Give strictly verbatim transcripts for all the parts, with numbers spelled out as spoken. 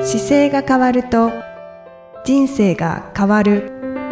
姿勢が変わると人生が変わる。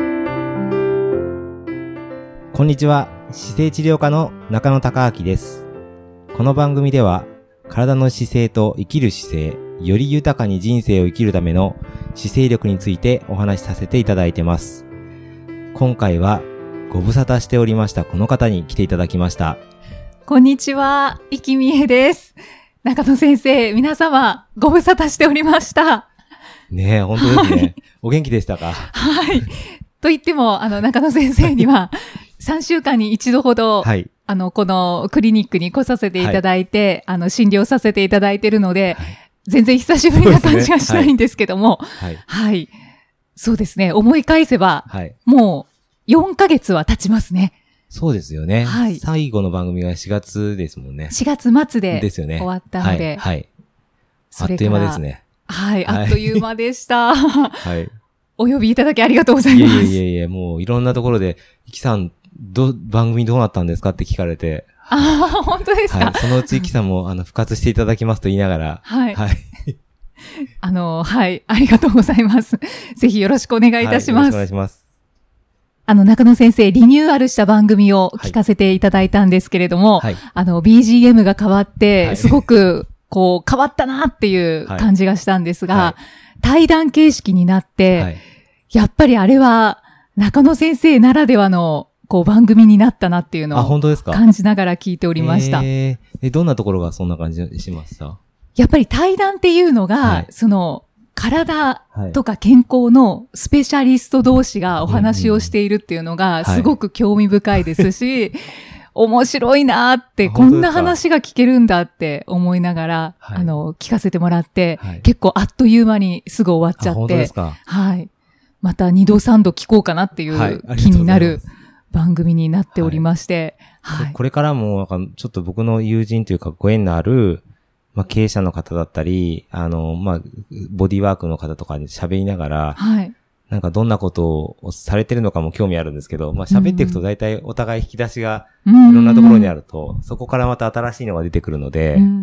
こんにちは、姿勢治療科の中野孝明です。この番組では体の姿勢と生きる姿勢、より豊かに人生を生きるための姿勢力についてお話しさせていただいてます。今回はご無沙汰しておりましたこの方に来ていただきました。 こんにちは、生きみえです。中野先生、皆様ご無沙汰しておりました。 ねえ、本当ですね。はい、お元気でしたか？ はい。と言っても、あの中野先生にはさんしゅうかんに一度ほど、はい、あのこのクリニックに来させていただいて、はい、あの診療させていただいているので、はい、全然久しぶりな感じがしないんですけども、はい、はいはい、そうですね。思い返せば、はい、もうよんかげつは経ちますね。 そうですよね。はい。最後の番組がしがつですもんね。 しがつ末でですよね。終わったので。 はい。はい、あっという間ですね。 はい。あっという間でした。はい。お呼びいただきありがとうございます。 いえいえいえ、もういろんなところで、いきさん、ど、番組どうなったんですかって聞かれて。 ああ、本当ですか。 はい。そのうちいきさんも、あの、復活していただきますと言いながら。 はい。はい。あの、はい。ありがとうございます。ぜひよろしくお願いいたします。はい、よろしくお願いします。 あの、中野先生、リニューアルした番組を聞かせていただいたんですけれども、はい、あの、ビージーエム が変わって、はい、すごく、こう、変わったなっていう感じがしたんですが、はい、対談形式になって、はい、やっぱりあれは、中野先生ならではの、こう、番組になったなっていうのを、感じながら聞いておりました。 えー、どんなところがそんな感じしました？ やっぱり対談っていうのが、はい、その、体とか健康のスペシャリスト同士がお話をしているっていうのがすごく興味深いですし、はい、面白いなーって、こんな話が聞けるんだって思いながら、はい、あの、聞かせてもらって、はい、結構あっという間にすぐ終わっちゃって、 本当ですか？はい。 また二度三度聞こうかなっていう気になる番組になっておりまして、 はいはい、これからも、ちょっと僕の友人というかご縁のある、まあ、経営者の方だったり、あの、まあ、ボディワークの方とかに喋りながら、はい。なんかどんなことをされてるのかも興味あるんですけど、まあ、喋っていくと大体お互い引き出しがいろんなところにあると、そこからまた新しいのが出てくるので。 うんうん、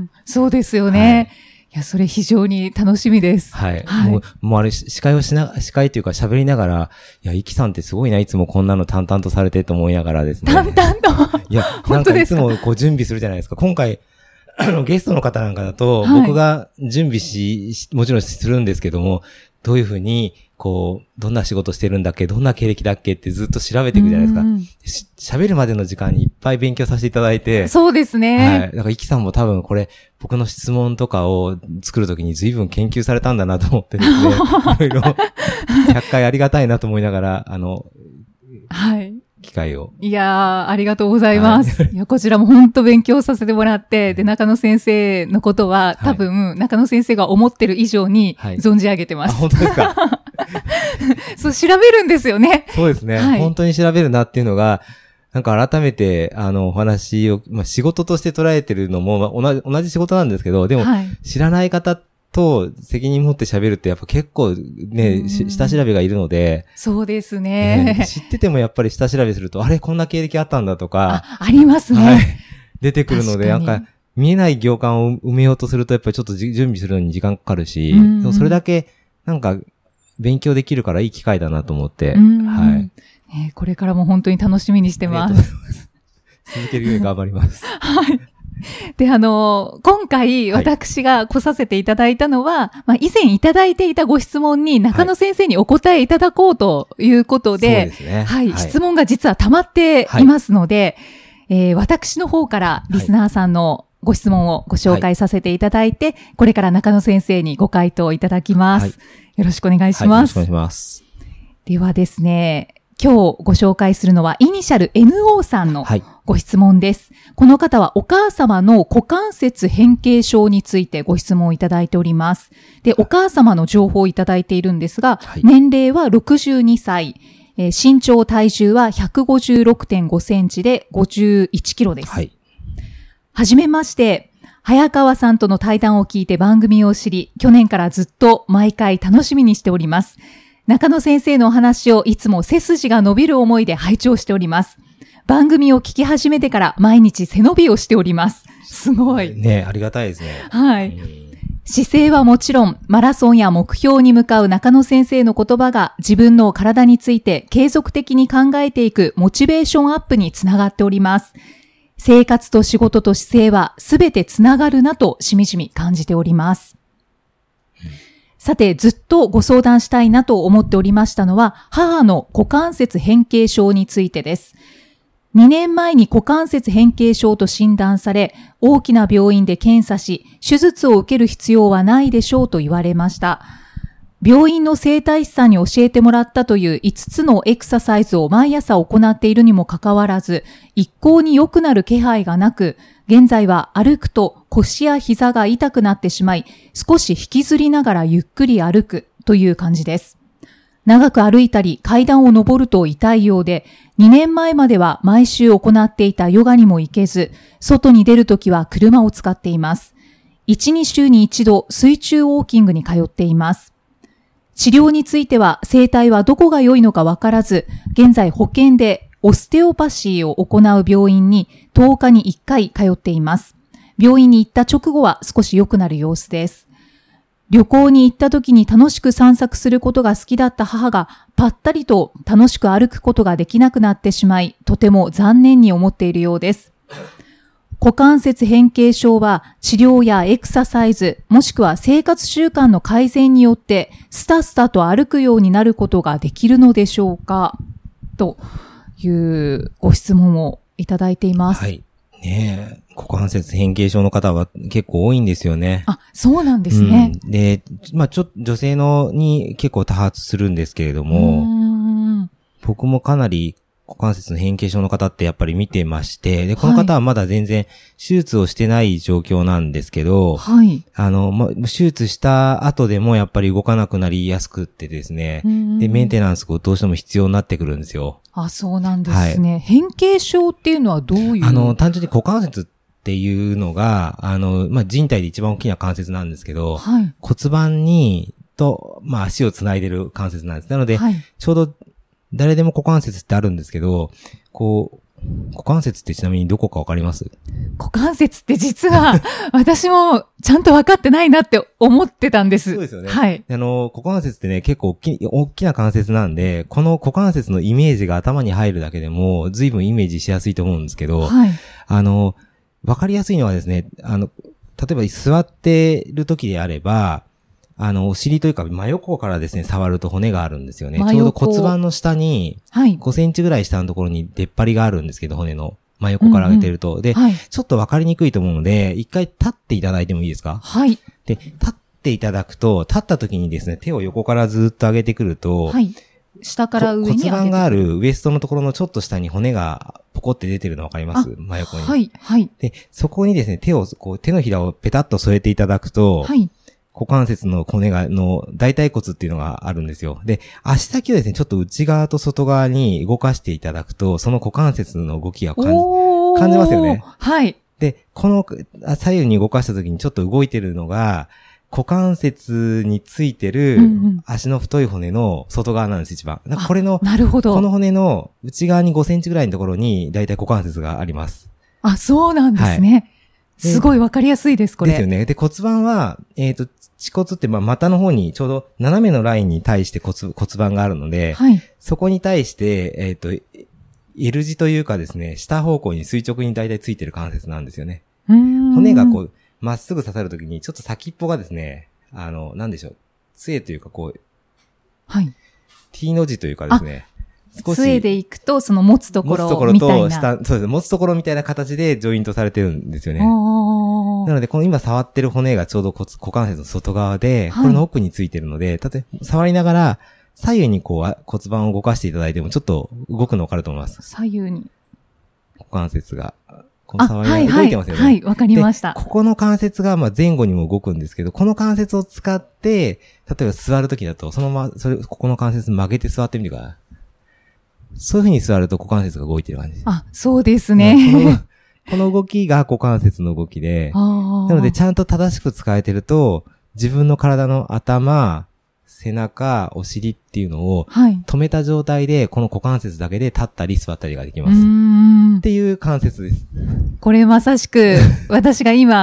そうですよね。はい、いや、それ非常に楽しみです。 はい。はい、もう、もうあれ、司会をしな、司会というか喋りながら、いや、イキさんってすごいな、いつもこんなの淡々とされてと思いながらですね。 淡々といや、なんかいつもこう準備するじゃないですか。今回、あの、ゲストの方なんかだと、はい、僕が準備し、もちろんするんですけども、どういうふうに、こう、どんな仕事してるんだっけ、どんな経歴だっけってずっと調べていくじゃないですか。喋るまでの時間にいっぱい勉強させていただいて。 そうですね。 はい。だから、イキさんも多分これ、僕の質問とかを作るときに随分研究されたんだなと思ってですね。いろいろ、ひゃっかいありがたいなと思いながら、あの、 はい。 機会を。 いやー、ありがとうございます。はい、いや、こちらも本当勉強させてもらって、で、中野先生のことは、多分、はい、中野先生が思ってる以上に存じ上げてます。 はい、あ、本当ですか？ そう、調べるんですよね。 そうですね。はい、本当に調べるなっていうのが、なんか改めて、あの、お話を、まあ、仕事として捉えてるのも、まあ、同じ、同じ仕事なんですけど、でも、はい、知らない方と責任持って喋るってやっぱ結構ね、下調べがいるので。 そうですね、 ね。知っててもやっぱり下調べすると、あれこんな経歴あったんだとか。 あ、ありますね。はい。 出てくるので、なんか見えない行間を埋めようとするとやっぱりちょっと準備するのに時間かかるし、でもそれだけなんか勉強できるからいい機会だなと思って。はい。ね、 これからも本当に楽しみにしてます。 ありがとうございます。続けるように頑張ります。 はい。で、あの、今回私が来させていただいたのは、はい、まあ、以前いただいていたご質問に中野先生にお答えいただこうということで、はい、そうですね。はい、はい。質問が実は溜まっていますので、はい、えー、私の方からリスナーさんのご質問をご紹介させていただいて、はい、これから中野先生にご回答いただきます。はい、よろしくお願いします。はい、よろしくお願いします。 ではですね、今日ご紹介するのはイニシャル エヌオー さんのご質問です。はい、この方はお母様の股関節変形症についてご質問をいただいております。で、お母様の情報をいただいているんですが、はい、年齢はろくじゅうにさい、えー、身長体重は ひゃくごじゅうろくてんごセンチでごじゅういちキロです。はい。はじめまして、早川さんとの対談を聞いて番組を知り、去年からずっと毎回楽しみにしております。中野先生のお話をいつも背筋が伸びる思いで拝聴しております。番組を聞き始めてから毎日背伸びをしております。すごい。 ね、ありがたいですね。 はい。 姿勢はもちろん、マラソンや目標に向かう中野先生の言葉が自分の体について継続的に考えていくモチベーションアップにつながっております。生活と仕事と姿勢はすべてつながるなとしみじみ感じております。さて、ずっとご相談したいなと思っておりましたのは、母の股関節変形症についてです。にねんまえに股関節変形症と診断され、大きな病院で検査し、手術を受ける必要はないでしょうと言われました。病院の整体師さんに教えてもらったといういつつのエクササイズを毎朝行っているにもかかわらず、一向に良くなる気配がなく、現在は歩くと腰や膝が痛くなってしまい、少し引きずりながらゆっくり歩くという感じです。長く歩いたり階段を上ると痛いようで、にねんまえまでは毎週行っていたヨガにも行けず、外に出るときは車を使っています。いち、に週に一度水中ウォーキングに通っています。治療については整体はどこが良いのかわからず、現在保険でオステオパシーを行う病院にとおかにいっかい通っています。病院に行った直後は少し良くなる様子です。旅行に行った時に楽しく散策することが好きだった母がぱったりと楽しく歩くことができなくなってしまい、とても残念に思っているようです。股関節変形症は治療やエクササイズ、もしくは生活習慣の改善によってスタスタと歩くようになることができるのでしょうかというご質問をいただいています。 はい。ねえ、股関節変形症の方は結構多いんですよね。 あ、そうなんですね。 うん、で、まあちょっと女性のに結構多発するんですけれども、うーん、僕もかなり股関節の変形症の方ってやっぱり見てまして、で、この方はまだ全然手術をしてない状況なんですけど、はい。あの、ま、手術した後でもやっぱり動かなくなりやすくってですね、で、メンテナンスがどうしても必要になってくるんですよ。 あ、そうなんですね。はい、変形症っていうのはどういう？ あの、単純に股関節っていうのが、あの、まあ、人体で一番大きな関節なんですけど、はい、骨盤に、と、まあ、足をつないでる関節なんです。なので、はい、ちょうど、誰でも股関節ってあるんですけど、こう、股関節ってちなみにどこかわかります？ 股関節って実は、私もちゃんと分かってないなって思ってたんです。 そうですよね。はい。あの、股関節ってね、結構大き、大きな関節なんで、この股関節のイメージが頭に入るだけでも、随分イメージしやすいと思うんですけど、はい。あの、わかりやすいのはですね、あの、例えば座ってる時であれば、あの、お尻というか真横からですね、触ると骨があるんですよね。ちょうど骨盤の下に、ごセンチぐらい下のところに出っ張りがあるんですけど、骨の真横から上げてると。うんうん、で、はい、ちょっとわかりにくいと思うので、一回立っていただいてもいいですか？はい。で、立っていただくと、立った時にですね、手を横からずっと上げてくると、はい。 下から上に上げてくる。 骨盤があるウエストのところのちょっと下に骨がポコって出てるのわかります？真横に。はい、はい。で、そこにですね、手を、こう、手のひらをペタッと添えていただくと、はい。股関節の骨が、の大腿骨っていうのがあるんですよ。で、足先をですね、ちょっと内側と外側に動かしていただくと、その股関節の動きが感じ、感じますよね。はい。で、この左右に動かした時にちょっと動いてるのが、股関節についてる足の太い骨の外側なんです、一番。だからこれの、なるほど。この骨の内側にごセンチぐらいのところに大体股関節があります。 あ、そうなんですね。はい、すごいわかりやすいです、これ。 ですよね。で、骨盤は、えっと、恥骨って、まあ、股の方にちょうど斜めのラインに対して骨、骨盤があるので、はい、そこに対して、えっと、L 字というかですね、下方向に垂直に大体ついてる関節なんですよね。骨がこう、まっすぐ刺さるときに、ちょっと先っぽがですね、あの、なんでしょう、杖というかこう、はい。T の字というかですね、 少し。杖で行くと、その持つところみたいな。持つところと下、 そうです。持つところみたいな形でジョイントされてるんですよね。なので、この今触ってる骨がちょうど股関節の外側で、はい、これの奥についてるので、たとえ、触りながら、左右にこう骨盤を動かしていただいても、ちょっと動くの分かると思います。 左右に。 股関節が、この触りながら動いてますよね。 はい、わ、はい、かりました。 ここの関節がまあ前後にも動くんですけど、この関節を使って、例えば座るときだと、そのまま、それ、ここの関節曲げて座ってみてください。そういう風に座ると股関節が動いてる感じ。 あ、そうですね。 この、この動きが股関節の動きで、なのでちゃんと正しく使えてると、自分の体の頭、背中、お尻っていうのを止めた状態で、この股関節だけで立ったり座ったりができます。うーんっていう関節です。 これまさしく、私が今、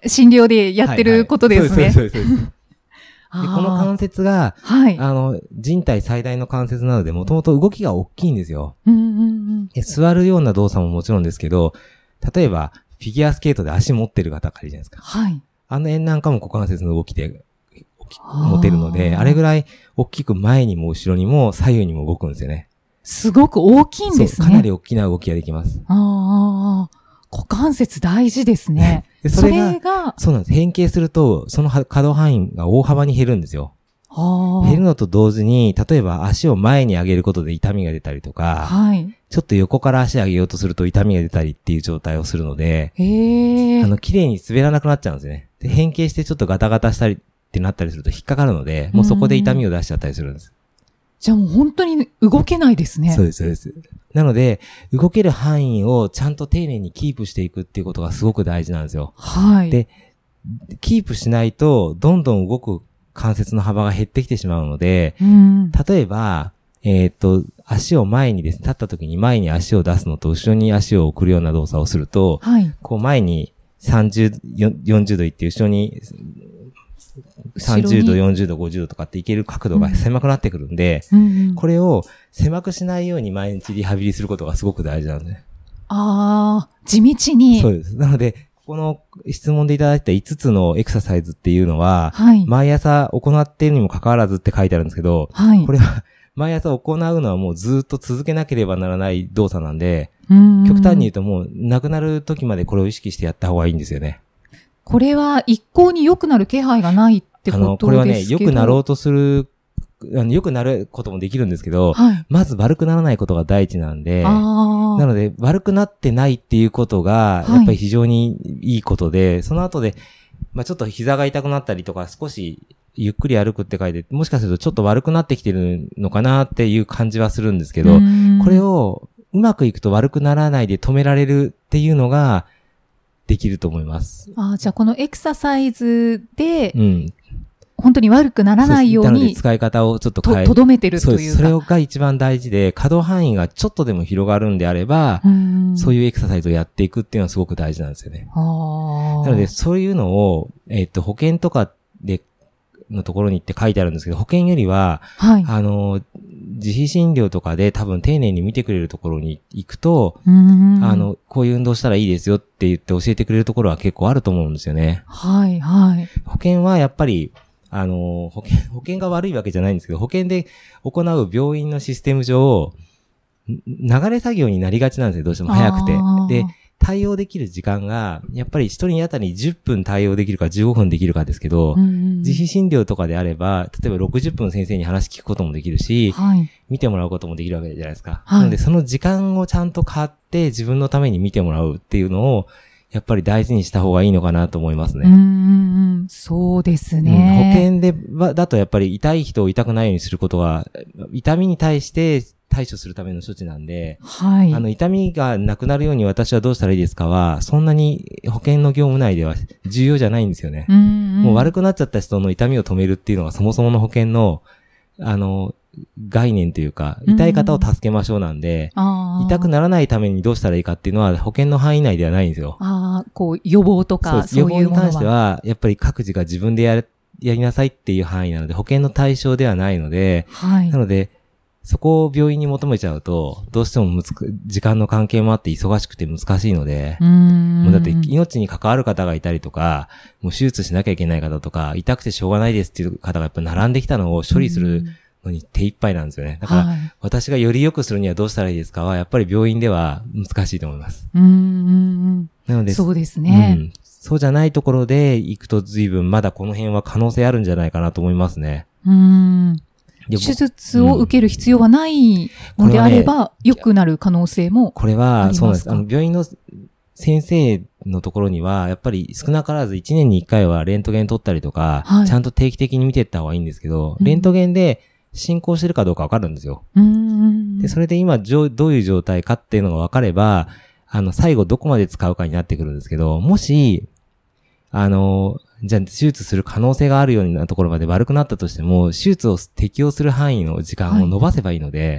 診療でやってることですね。 はいはい、そうです、そうです。そうですでこの関節が、はい、あの、人体最大の関節なので、もともと動きが大きいんですよ、うんうんうん。座るような動作ももちろんですけど、例えば、フィギュアスケートで足持ってる方がいるじゃないですか。はい。あの円なんかも股関節の動きで持てるので、あれぐらい大きく前にも後ろにも左右にも動くんですよね。 すごく大きいんですね。 そう、かなり大きな動きができます。 ああ。股関節大事ですね。 でそれが、それが、そうなんです。変形すると、その可動範囲が大幅に減るんですよ。減るのと同時に、例えば足を前に上げることで痛みが出たりとか、はい、ちょっと横から足上げようとすると痛みが出たりっていう状態をするので、へあの、綺麗に滑らなくなっちゃうんですね。で、変形してちょっとガタガタしたりってなったりすると引っかかるので、もうそこで痛みを出しちゃったりするんです。 じゃあもう本当に動けないですね。 そうです、そうです。なので、動ける範囲をちゃんと丁寧にキープしていくっていうことがすごく大事なんですよ。はい。で、キープしないと、どんどん動く関節の幅が減ってきてしまうので、うん、例えば、えっと、足を前にですね、立った時に前に足を出すのと後ろに足を送るような動作をすると、はい、こう前にさんじゅう、よんじゅうどいって後ろにさんじゅうど、よんじゅうど、ごじゅうどとかっていける角度が狭くなってくるんで、うんうんうん、これを狭くしないように毎日リハビリすることがすごく大事なんですね。 ああ、地道に。 そうです。なので、この質問でいただいたいつつのエクササイズっていうのは、はい、毎朝行っているにもかかわらずって書いてあるんですけど、はい、これは毎朝行うのはもうずっと続けなければならない動作なんで、うん極端に言うともう亡くなる時までこれを意識してやった方がいいんですよね。 これは一向に良くなる気配がないってことですけど。あの、 これはね、良くなろうとする、あの良くなることもできるんですけど、はい、まず悪くならないことが第一なんで、なので悪くなってないっていうことが、やっぱり非常にいいことで、はい、その後で、まあちょっと膝が痛くなったりとか、少しゆっくり歩くって書いて、もしかするとちょっと悪くなってきてるのかなっていう感じはするんですけど、これをうまくいくと悪くならないで止められるっていうのが、できると思います。 ああ、じゃあこのエクササイズで、うん。本当に悪くならないように。なので使い方をちょっと変え。 と、とどめてるというか。そうです。 それが一番大事で、可動範囲がちょっとでも広がるんであれば、うんそういうエクササイズをやっていくっていうのはすごく大事なんですよね。あなので、そういうのを、えっと、保険とかで、のところに行って書いてあるんですけど、保険よりは、はい、あの、自費診療とかで多分丁寧に見てくれるところに行くと、あの、こういう運動したらいいですよって言って教えてくれるところは結構あると思うんですよね。はい、はい。保険はやっぱり、あの、保険、保険が悪いわけじゃないんですけど、保険で行う病院のシステム上、流れ作業になりがちなんですよ、どうしても早くて。で、対応できる時間が、やっぱり一人当たりじゅっぷん対応できるかじゅうごふんできるかですけど、うんうん、自費診療とかであれば、例えばろくじゅっぷん先生に話聞くこともできるし、はい、見てもらうこともできるわけじゃないですか。はい、なのでその時間をちゃんと買って自分のために見てもらうっていうのを、やっぱり大事にした方がいいのかなと思いますね。 うん、そうですね。 うん、保険では、だとやっぱり痛い人を痛くないようにすることは、痛みに対して対処するための処置なんで、はい。あの、痛みがなくなるように私はどうしたらいいですかは、そんなに保険の業務内では重要じゃないんですよね。うんうん、もう悪くなっちゃった人の痛みを止めるっていうのがそもそもの保険の、あの、概念というか、痛い方を助けましょうなんで、うん、痛くならないためにどうしたらいいかっていうのは保険の範囲内ではないんですよ。 ああ、こう、予防とか、そういうものは。予防に関しては、やっぱり各自が自分でやる、やりなさいっていう範囲なので、保険の対象ではないので、はい。なので、そこを病院に求めちゃうと、どうしてもむつく、時間の関係もあって忙しくて難しいので、うーんもうだって命に関わる方がいたりとか、もう手術しなきゃいけない方とか、痛くてしょうがないですっていう方がやっぱ並んできたのを処理するのに手一杯なんですよね。だから、はい、私がより良くするにはどうしたらいいですかは、やっぱり病院では難しいと思います。うーんなので、 そうですね、うん。 そうじゃないところで行くと随分まだこの辺は可能性あるんじゃないかなと思いますね。 うーん手術を受ける必要はないのであれば、良、うんね、くなる可能性もありますか？ これは、そうなんです。あの、病院の先生のところには、やっぱり少なからずいちねんにいっかいはレントゲン取ったりとか、はい、ちゃんと定期的に見ていった方がいいんですけど、うん、レントゲンで進行してるかどうかわかるんですよ。うんで、それで今、どういう状態かっていうのがわかれば、あの、最後どこまで使うかになってくるんですけど、もし、あの、じゃあ手術する可能性があるようなところまで悪くなったとしても、手術を適用する範囲の時間を伸ばせばいいので、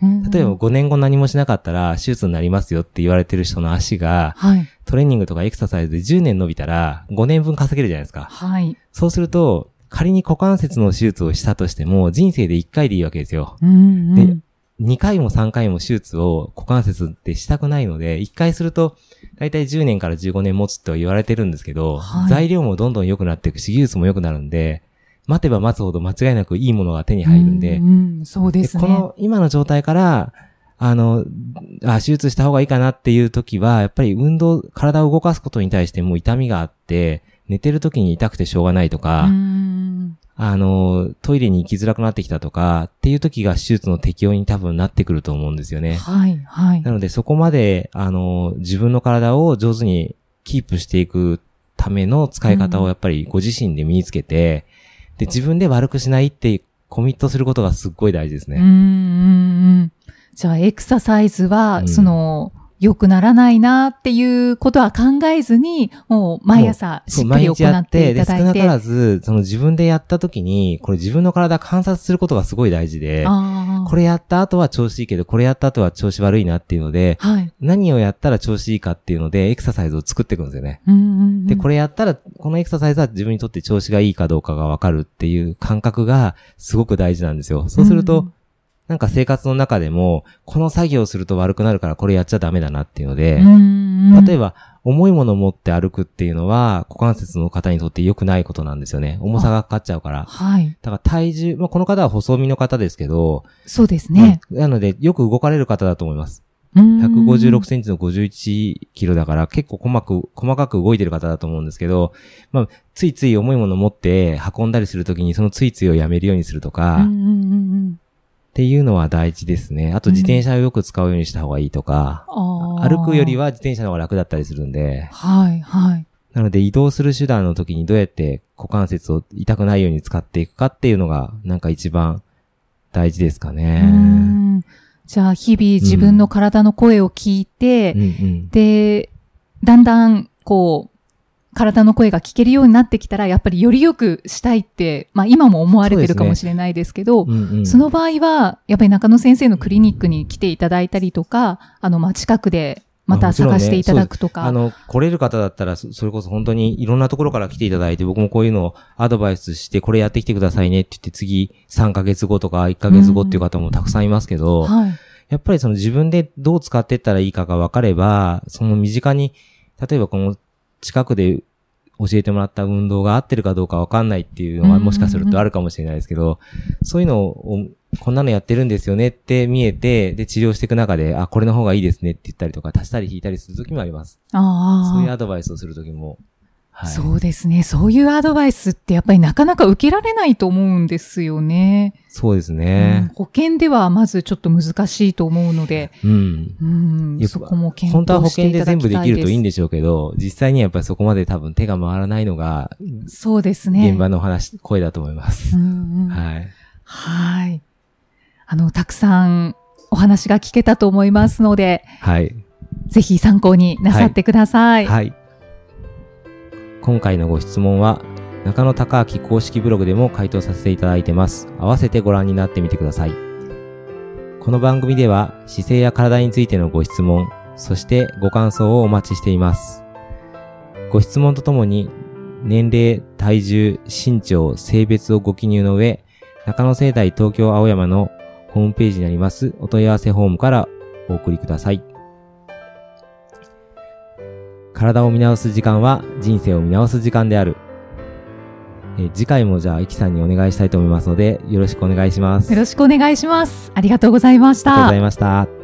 うんうん、 例えばごねんご何もしなかったら手術になりますよって言われてる人の足が、はい、トレーニングとかエクササイズでじゅうねん伸びたらごねんぶん稼げるじゃないですか。 はい、 そうすると、仮に股関節の手術をしたとしても人生でいっかいでいいわけですよ。 うんうん、 で、にかいもさんかいも手術を股関節ってしたくないので、いっかいするとだいたいじゅうねんからじゅうごねん持つと言われてるんですけど、はい、材料もどんどん良くなっていくし、技術も良くなるんで、待てば待つほど間違いなくいいものが手に入るんで、 うんうん、そうですね。 でこの今の状態から、あの、あ、手術した方がいいかなっていう時は、やっぱり運動、体を動かすことに対してもう痛みがあって、寝てる時に痛くてしょうがないとか、 うんあの、トイレに行きづらくなってきたとかっていう時が手術の適用に多分なってくると思うんですよね。 はい、はい。 なのでそこまで、あの、自分の体を上手にキープしていくための使い方をやっぱりご自身で身につけて、で、自分で悪くしないってコミットすることがすっごい大事ですね。 うんうんうん。じゃあ、エクササイズは、うん、その、良くならないなっていうことは考えずに、もう毎朝しっかり行っていただいて。 で、少なからず、その自分でやった時に、これ自分の体観察することがすごい大事で、これやった後は調子いいけど、これやった後は調子悪いなっていうので、 はい、 何をやったら調子いいかっていうので、エクササイズを作っていくんですよね。 うんうんうん、 で、これやったら、このエクササイズは自分にとって調子がいいかどうかがわかるっていう感覚がすごく大事なんですよ。そうすると、うんうん、なんか生活の中でも、この作業をすると悪くなるからこれやっちゃダメだなっていうので、 うんうん、 例えば、重いものを持って歩くっていうのは、股関節の方にとって良くないことなんですよね。重さがかかっちゃうから。 はい。 だから体重、まあ、この方は細身の方ですけど、 そうですね。 なので、よく動かれる方だと思います。ひゃくごじゅうろくセンチのごじゅういちキロだから結構細かく、細かく動いてる方だと思うんですけど、まあ、ついつい重いものを持って運んだりするときにそのついついをやめるようにするとか、 うんうんうんうんっていうのは大事ですね。あと自転車をよく使うようにした方がいいとか、うん、歩くよりは自転車の方が楽だったりするんで。 はい、はい。 なので移動する手段の時にどうやって股関節を痛くないように使っていくかっていうのがなんか一番大事ですかね。 うんじゃあ日々自分の体の声を聞いて、 うんうんうん、 で、だんだんこう、体の声が聞けるようになってきたら、やっぱりより良くしたいって、まあ今も思われてるかもしれないですけど、 そ, ね、うんうん、その場合は、やっぱり中野先生のクリニックに来ていただいたりとか、あの、まあ近くでまた探していただくとか。 あ、ね、あの、来れる方だったら、それこそ本当にいろんなところから来ていただいて、僕もこういうのをアドバイスして、これやってきてくださいねって言って、次さんかげつごとかいっかげつごっていう方もたくさんいますけど、 うんはい、 やっぱりその自分でどう使っていったらいいかが分かれば、その身近に、例えばこの近くで教えてもらった運動が合ってるかどうか分かんないっていうのがもしかするとあるかもしれないですけど、そういうのを、こんなのやってるんですよねって見えて、で治療していく中で、あ、これの方がいいですねって言ったりとか、足したり引いたりする時もあります。 ああ。 そういうアドバイスをする時も。はい、 そうですね。そういうアドバイスってやっぱりなかなか受けられないと思うんですよね。 そうですね。 うん、保険ではまずちょっと難しいと思うので、 うん。 うん、そこも検討していただきたいです。 本当は保険で全部できるといいんでしょうけど、実際にはやっぱりそこまで多分手が回らないのが、 そうですね。 現場の話、声だと思います。 うんうん、 はい。 はい。あの、たくさんお話が聞けたと思いますので、 はい。 ぜひ参考になさってください。 はい。はい、今回のご質問は、中野孝明公式ブログでも回答させていただいてます。合わせてご覧になってみてください。この番組では、姿勢や体についてのご質問、そしてご感想をお待ちしています。ご質問とともに、年齢、体重、身長、性別をご記入の上、中野生大東京青山のホームページにありますお問い合わせフォームからお送りください。体を見直す時間は人生を見直す時間である。え次回もじゃあ、イキさんにお願いしたいと思いますので、よろしくお願いします。 よろしくお願いします。ありがとうございました。 ありがとうございました。